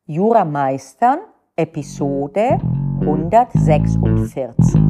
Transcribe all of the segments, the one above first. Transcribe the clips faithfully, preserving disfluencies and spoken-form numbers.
Jura meistern, Episode hundertsechsundvierzig.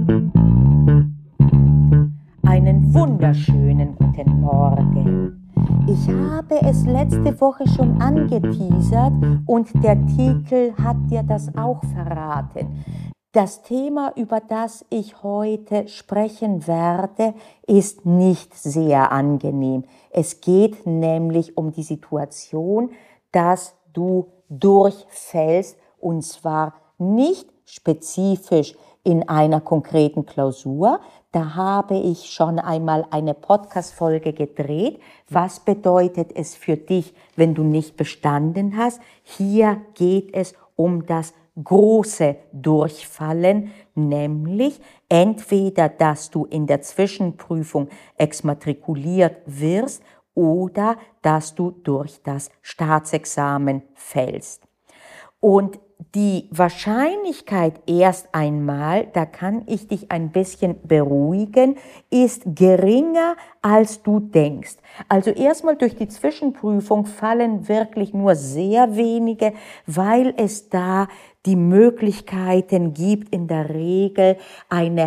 Einen wunderschönen guten Morgen. Ich habe es letzte Woche schon angeteasert und der Titel hat dir das auch verraten. Das Thema, über das ich heute sprechen werde, ist nicht sehr angenehm. Es geht nämlich um die Situation, dass du durchfällst, und zwar nicht spezifisch in einer konkreten Klausur. Da habe ich schon einmal eine Podcast-Folge gedreht. Was bedeutet es für dich, wenn du nicht bestanden hast? Hier geht es um das große Durchfallen, nämlich entweder, dass du in der Zwischenprüfung exmatrikuliert wirst oder dass du durch das Staatsexamen fällst. Und die Wahrscheinlichkeit erst einmal, da kann ich dich ein bisschen beruhigen, ist geringer, als du denkst. Also erstmal durch die Zwischenprüfung fallen wirklich nur sehr wenige, weil es da die Möglichkeiten gibt, in der Regel eine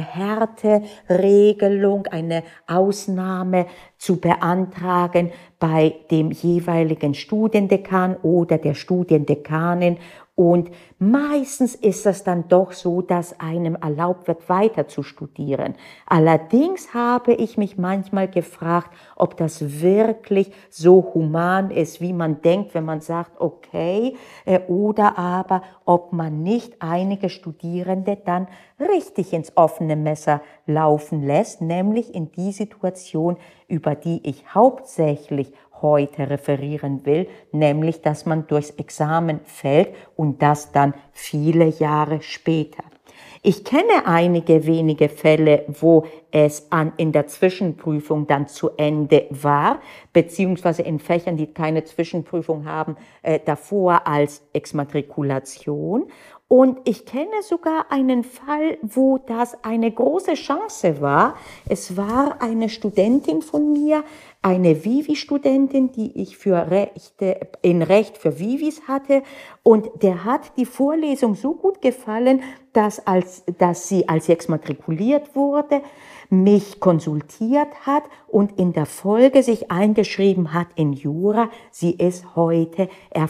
Härteregelung, eine Ausnahme zu beantragen bei dem jeweiligen Studiendekan oder der Studiendekanin. Und meistens ist es dann doch so, dass einem erlaubt wird, weiter zu studieren. Allerdings habe ich mich manchmal gefragt, ob das wirklich so human ist, wie man denkt, wenn man sagt, okay, oder aber ob man nicht einige Studierende dann richtig ins offene Messer laufen lässt, nämlich in die Situation, über die ich hauptsächlich heute referieren will, nämlich, dass man durchs Examen fällt und das dann viele Jahre später. Ich kenne einige wenige Fälle, wo es an, in der Zwischenprüfung dann zu Ende war, beziehungsweise in Fächern, die keine Zwischenprüfung haben, äh, davor als Exmatrikulation. Und ich kenne sogar einen Fall, wo das eine große Chance war. Es war eine Studentin von mir, eine Vivi-Studentin, die ich für Rechte, in Recht für Vivis hatte. Und der hat die Vorlesung so gut gefallen, dass, als, dass sie, als sie exmatrikuliert wurde, mich konsultiert hat und in der Folge sich eingeschrieben hat in Jura. Sie ist heute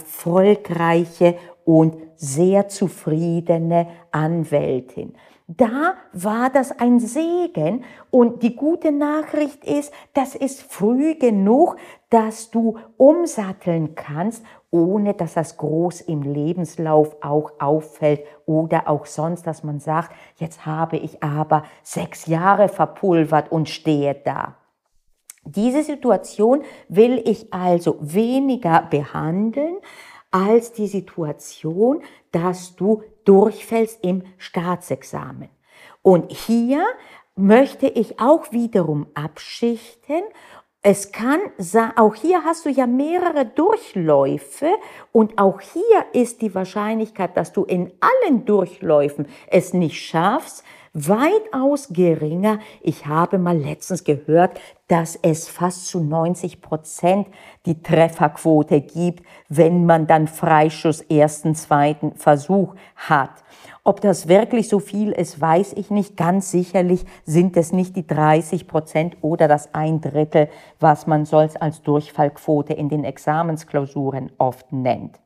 erfolgreiche und sehr zufriedene Anwältin. Da war das ein Segen und die gute Nachricht ist, das ist früh genug, dass du umsatteln kannst, ohne dass das groß im Lebenslauf auch auffällt oder auch sonst, dass man sagt, jetzt habe ich aber sechs Jahre verpulvert und stehe da. Diese Situation will ich also weniger behandeln, als die Situation, dass du durchfällst im Staatsexamen. Und hier möchte ich auch wiederum abschichten. Es kann, auch hier hast du ja mehrere Durchläufe und auch hier ist die Wahrscheinlichkeit, dass du in allen Durchläufen es nicht schaffst, weitaus geringer. Ich habe mal letztens gehört, dass es fast zu neunzig Prozent die Trefferquote gibt, wenn man dann Freischuss ersten, zweiten Versuch hat. Ob das wirklich so viel ist, weiß ich nicht. Ganz sicherlich sind es nicht die dreißig Prozent oder das ein Drittel, was man sonst als Durchfallquote in den Examensklausuren oft nennt.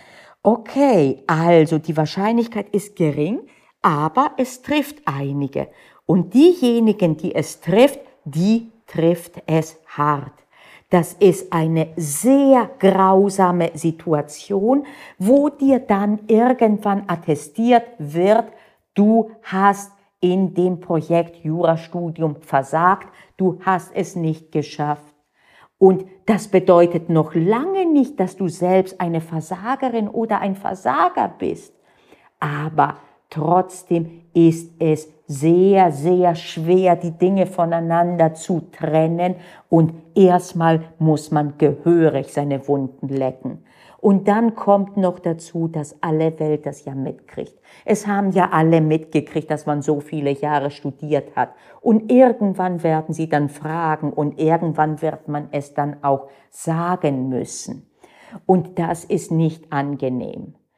Okay, also die Wahrscheinlichkeit ist gering, aber es trifft einige. Und diejenigen, die es trifft, die trifft es hart. Das ist eine sehr grausame Situation, wo dir dann irgendwann attestiert wird, du hast in dem Projekt Jurastudium versagt, du hast es nicht geschafft. Und das bedeutet noch lange nicht, dass du selbst eine Versagerin oder ein Versager bist. Aber trotzdem ist es sehr, sehr schwer, die Dinge voneinander zu trennen und erstmal muss man gehörig seine Wunden lecken. Und dann kommt noch dazu, dass alle Welt das ja mitkriegt. Es haben ja alle mitgekriegt, dass man so viele Jahre studiert hat. Und irgendwann werden sie dann fragen und irgendwann wird man es dann auch sagen müssen. Und das ist nicht angenehm.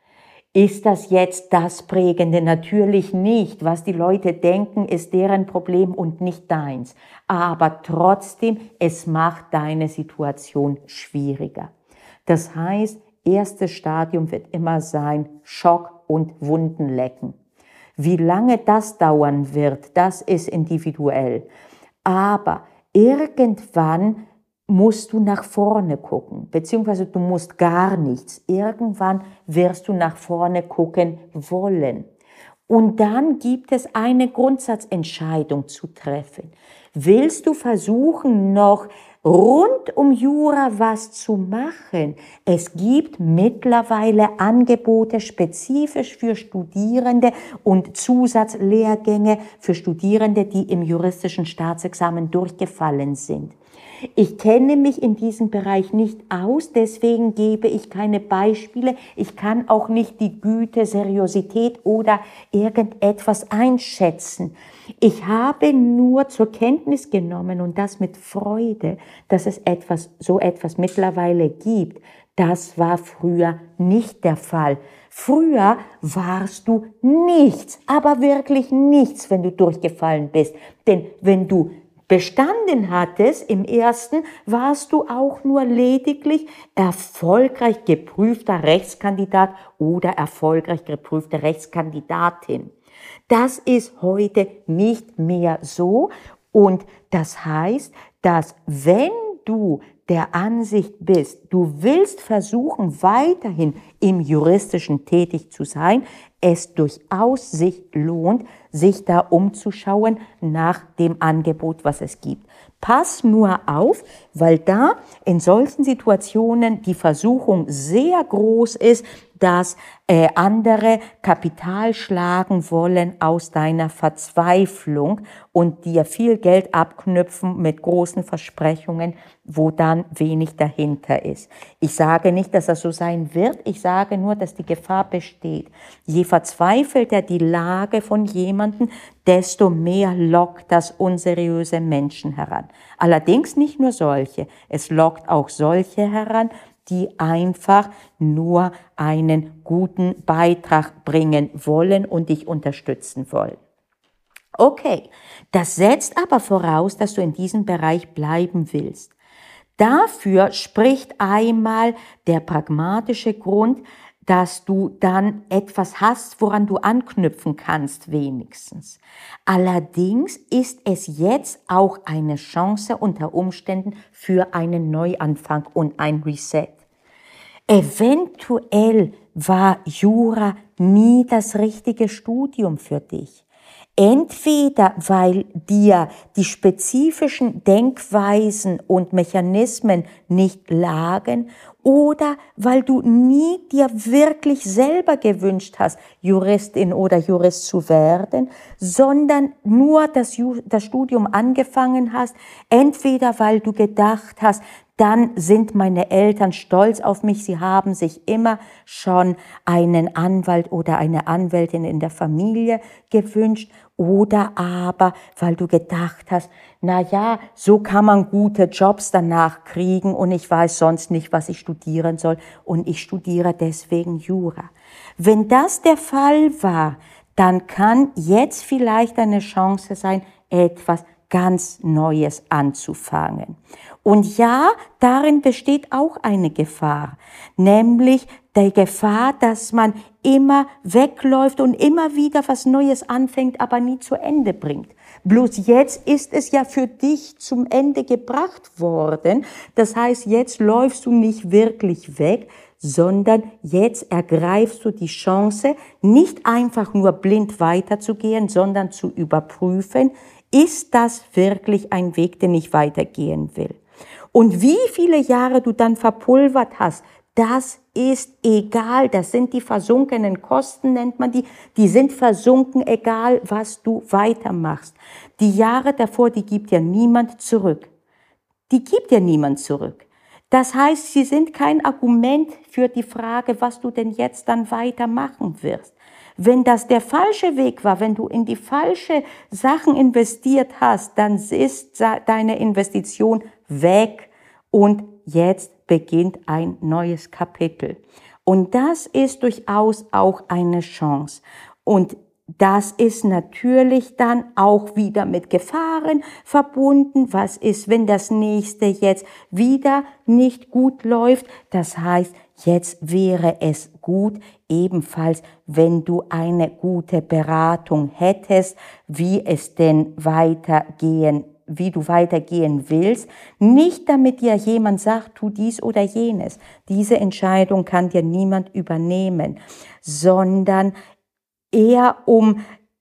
Ist das jetzt das Prägende? Natürlich nicht. Was die Leute denken, ist deren Problem und nicht deins. Aber trotzdem, es macht deine Situation schwieriger. Das heißt, erstes Stadium wird immer sein Schock und Wundenlecken. Wie lange das dauern wird, das ist individuell. Aber irgendwann musst du nach vorne gucken, beziehungsweise du musst gar nichts. Irgendwann wirst du nach vorne gucken wollen. Und dann gibt es eine Grundsatzentscheidung zu treffen. Willst du versuchen, noch rund um Jura was zu machen? Es gibt mittlerweile Angebote spezifisch für Studierende und Zusatzlehrgänge für Studierende, die im juristischen Staatsexamen durchgefallen sind. Ich kenne mich in diesem Bereich nicht aus, deswegen gebe ich keine Beispiele. Ich kann auch nicht die Güte, Seriosität oder irgendetwas einschätzen. Ich habe nur zur Kenntnis genommen und das mit Freude, dass es etwas, so etwas mittlerweile gibt. Das war früher nicht der Fall. Früher warst du nichts, aber wirklich nichts, wenn du durchgefallen bist. Denn wenn du bestanden hattest im ersten, warst du auch nur lediglich erfolgreich geprüfter Rechtskandidat oder erfolgreich geprüfte Rechtskandidatin. Das ist heute nicht mehr so und das heißt, dass wenn du der Ansicht bist, du willst versuchen, weiterhin im Juristischen tätig zu sein, es durchaus sich lohnt, sich da umzuschauen nach dem Angebot, was es gibt. Pass nur auf, weil da in solchen Situationen die Versuchung sehr groß ist, dass äh, andere Kapital schlagen wollen aus deiner Verzweiflung und dir viel Geld abknüpfen mit großen Versprechungen, wo dann wenig dahinter ist. Ich sage nicht, dass das so sein wird, ich sage nur, dass die Gefahr besteht. Je verzweifelter die Lage von jemandem, desto mehr lockt das unseriöse Menschen heran. Allerdings nicht nur solche, es lockt auch solche heran, die einfach nur einen guten Beitrag bringen wollen und dich unterstützen wollen. Okay, das setzt aber voraus, dass du in diesem Bereich bleiben willst. Dafür spricht einmal der pragmatische Grund, dass du dann etwas hast, woran du anknüpfen kannst wenigstens. Allerdings ist es jetzt auch eine Chance unter Umständen für einen Neuanfang und ein Reset. Eventuell war Jura nie das richtige Studium für dich. Entweder weil dir die spezifischen Denkweisen und Mechanismen nicht lagen oder weil du nie dir wirklich selber gewünscht hast, Juristin oder Jurist zu werden, sondern nur das, das Studium angefangen hast, entweder weil du gedacht hast, dann sind meine Eltern stolz auf mich, sie haben sich immer schon einen Anwalt oder eine Anwältin in der Familie gewünscht, oder aber weil du gedacht hast, na ja, so kann man gute Jobs danach kriegen und ich weiß sonst nicht, was ich studieren soll und ich studiere deswegen Jura. Wenn das der Fall war, dann kann jetzt vielleicht eine Chance sein, etwas ganz Neues anzufangen. Und ja, darin besteht auch eine Gefahr, nämlich die Gefahr, dass man immer wegläuft und immer wieder was Neues anfängt, aber nie zu Ende bringt. Bloß jetzt ist es ja für dich zum Ende gebracht worden. Das heißt, jetzt läufst du nicht wirklich weg, sondern jetzt ergreifst du die Chance, nicht einfach nur blind weiterzugehen, sondern zu überprüfen, ist das wirklich ein Weg, den ich weitergehen will? Und wie viele Jahre du dann verpulvert hast, das ist egal. Das sind die versunkenen Kosten, nennt man die. Die sind versunken, egal was du weitermachst. Die Jahre davor, die gibt dir niemand zurück. Die gibt dir niemand zurück. Das heißt, sie sind kein Argument für die Frage, was du denn jetzt dann weitermachen wirst. Wenn das der falsche Weg war, wenn du in die falsche Sachen investiert hast, dann ist deine Investition weg und jetzt beginnt ein neues Kapitel. Und das ist durchaus auch eine Chance. Und das ist natürlich dann auch wieder mit Gefahren verbunden. Was ist, wenn das nächste jetzt wieder nicht gut läuft? Das heißt, jetzt wäre es gut, ebenfalls, wenn du eine gute Beratung hättest, wie es denn weitergehen wie du weitergehen willst, nicht damit dir jemand sagt, tu dies oder jenes. Diese Entscheidung kann dir niemand übernehmen, sondern eher um,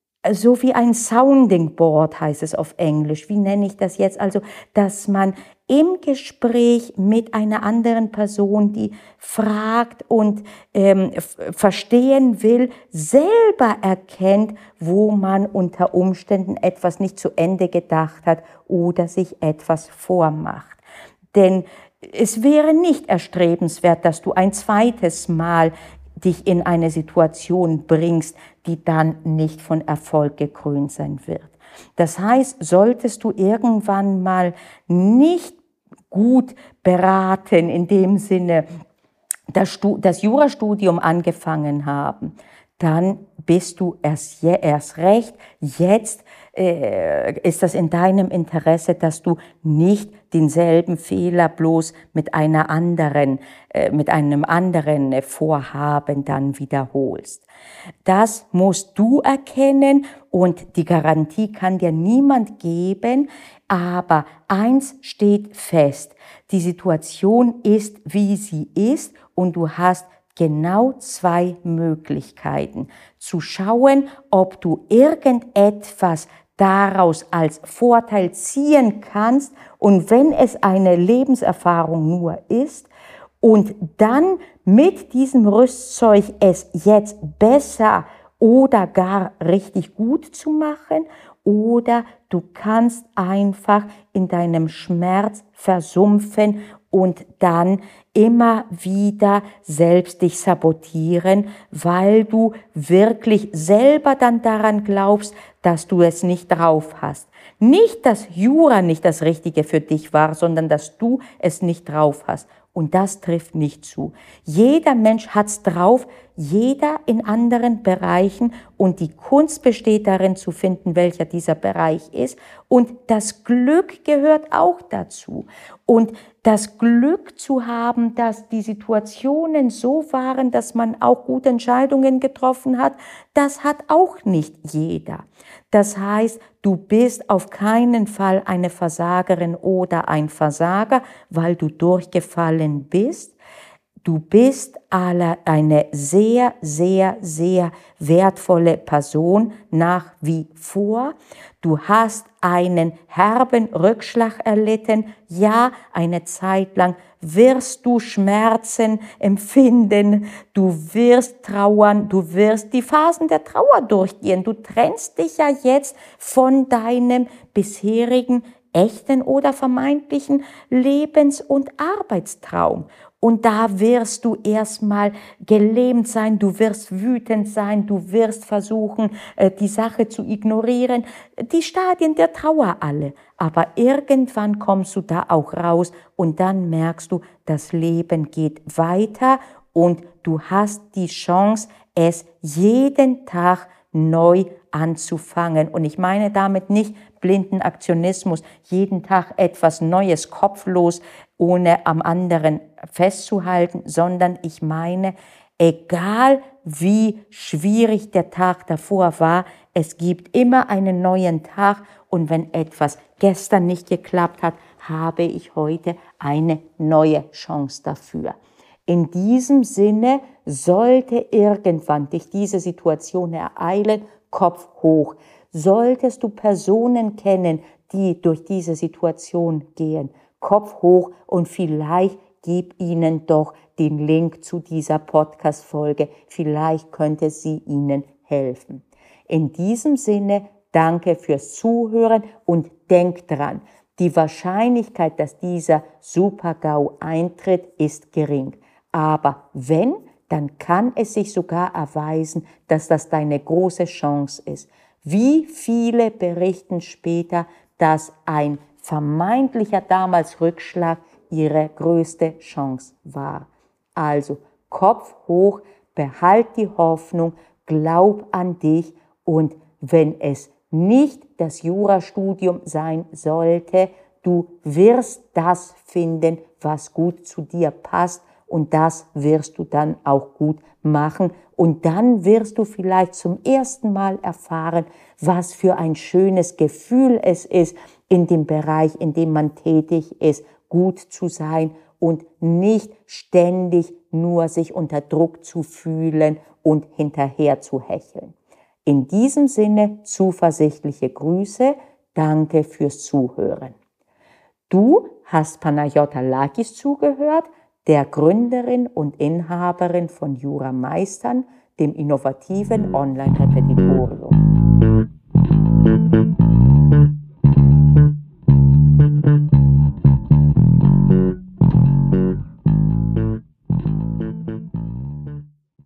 so wie ein Sounding Board heißt es auf Englisch. Wie nenne ich das jetzt? Also, dass man im Gespräch mit einer anderen Person, die fragt und ähm, verstehen will, selber erkennt, wo man unter Umständen etwas nicht zu Ende gedacht hat oder sich etwas vormacht. Denn es wäre nicht erstrebenswert, dass du ein zweites Mal dich in eine Situation bringst, die dann nicht von Erfolg gekrönt sein wird. Das heißt, solltest du irgendwann mal nicht gut beraten, in dem Sinne, das, das Jurastudium angefangen haben, dann bist du erst, erst recht, jetzt äh, ist das in deinem Interesse, dass du nicht denselben Fehler bloß mit einer anderen, äh, mit einem anderen äh, Vorhaben dann wiederholst. Das musst du erkennen und die Garantie kann dir niemand geben, aber eins steht fest, die Situation ist, wie sie ist und du hast genau zwei Möglichkeiten. Zu schauen, ob du irgendetwas daraus als Vorteil ziehen kannst und wenn es eine Lebenserfahrung nur ist und dann mit diesem Rüstzeug es jetzt besser oder gar richtig gut zu machen, oder du kannst einfach in deinem Schmerz versumpfen und dann immer wieder selbst dich sabotieren, weil du wirklich selber dann daran glaubst, dass du es nicht drauf hast. Nicht, dass Jura nicht das Richtige für dich war, sondern dass du es nicht drauf hast. Und das trifft nicht zu. Jeder Mensch hat's drauf, jeder in anderen Bereichen und die Kunst besteht darin zu finden, welcher dieser Bereich ist. Und das Glück gehört auch dazu. Und das Glück zu haben, dass die Situationen so waren, dass man auch gute Entscheidungen getroffen hat, das hat auch nicht jeder. Das heißt, du bist auf keinen Fall eine Versagerin oder ein Versager, weil du durchgefallen bist. Du bist eine sehr, sehr, sehr wertvolle Person nach wie vor. Du hast einen herben Rückschlag erlitten. Ja, eine Zeit lang wirst du Schmerzen empfinden. Du wirst trauern. Du wirst die Phasen der Trauer durchgehen. Du trennst dich ja jetzt von deinem bisherigen echten oder vermeintlichen Lebens- und Arbeitstraum. Und da wirst du erstmal gelähmt sein, du wirst wütend sein, du wirst versuchen, die Sache zu ignorieren. Die Stadien der Trauer alle. Aber irgendwann kommst du da auch raus und dann merkst du, das Leben geht weiter und du hast die Chance, es jeden Tag neu anzufangen. Und ich meine damit nicht blinden Aktionismus, jeden Tag etwas Neues, kopflos, ohne am anderen festzuhalten, sondern ich meine, egal wie schwierig der Tag davor war, es gibt immer einen neuen Tag und wenn etwas gestern nicht geklappt hat, habe ich heute eine neue Chance dafür. In diesem Sinne sollte irgendwann dich diese Situation ereilen, Kopf hoch. Solltest du Personen kennen, die durch diese Situation gehen, Kopf hoch und vielleicht gib ihnen doch den Link zu dieser Podcast-Folge. Vielleicht könnte sie ihnen helfen. In diesem Sinne, danke fürs Zuhören und denk dran, die Wahrscheinlichkeit, dass dieser Super-GAU eintritt, ist gering. Aber wenn, dann kann es sich sogar erweisen, dass das deine große Chance ist. Wie viele berichten später, dass ein vermeintlicher damals Rückschlag ihre größte Chance war. Also Kopf hoch, behalt die Hoffnung, glaub an dich und wenn es nicht das Jurastudium sein sollte, du wirst das finden, was gut zu dir passt und das wirst du dann auch gut machen und dann wirst du vielleicht zum ersten Mal erfahren, was für ein schönes Gefühl es ist, in dem Bereich, in dem man tätig ist, gut zu sein und nicht ständig nur sich unter Druck zu fühlen und hinterher zu hecheln. In diesem Sinne zuversichtliche Grüße, danke fürs Zuhören. Du hast Panayota Lakis zugehört, der Gründerin und Inhaberin von Jura Meistern, dem innovativen Online-Repetitorium.